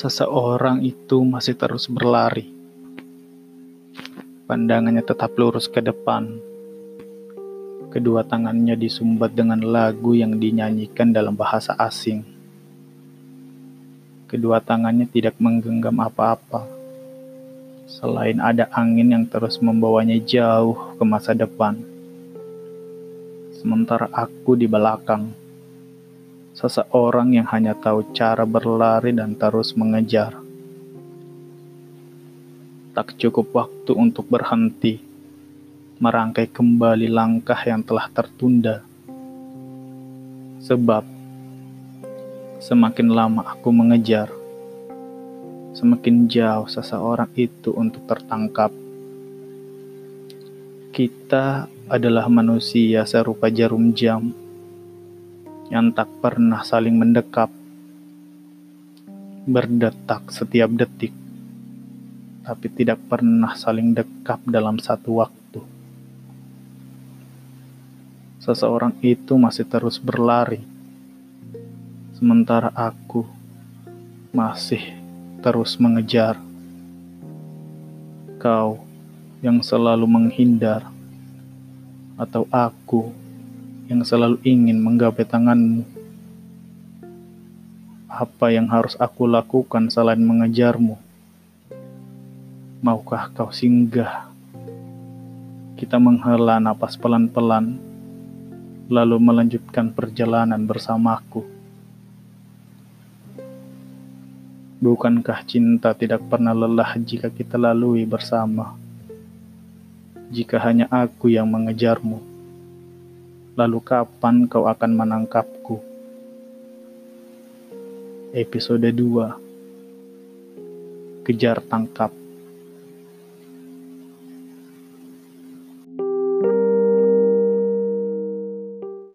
Seseorang itu masih terus berlari. Pandangannya tetap lurus ke depan. Kedua tangannya disumbat dengan lagu yang dinyanyikan dalam bahasa asing. Kedua tangannya tidak menggenggam apa-apa, selain ada angin yang terus membawanya jauh ke masa depan. Sementara aku di belakang, seseorang yang hanya tahu cara berlari dan terus mengejar. Tak cukup waktu untuk berhenti, merangkai kembali langkah yang telah tertunda. Sebab, semakin lama aku mengejar, semakin jauh seseorang itu untuk tertangkap. Kita adalah manusia serupa jarum jam yang tak pernah saling mendekap, berdetak setiap detik, tapi tidak pernah saling dekap dalam satu waktu. Seseorang itu masih terus berlari, sementara aku masih terus mengejar. Kau yang selalu menghindar, atau aku yang selalu ingin menggapai tanganmu. Apa yang harus aku lakukan selain mengejarmu? Maukah kau singgah? Kita menghela napas pelan-pelan, lalu melanjutkan perjalanan bersamaku. Bukankah cinta tidak pernah lelah jika kita lalui bersama? Jika hanya aku yang mengejarmu, lalu kapan kau akan menangkapku? Episode 2. Kejar tangkap.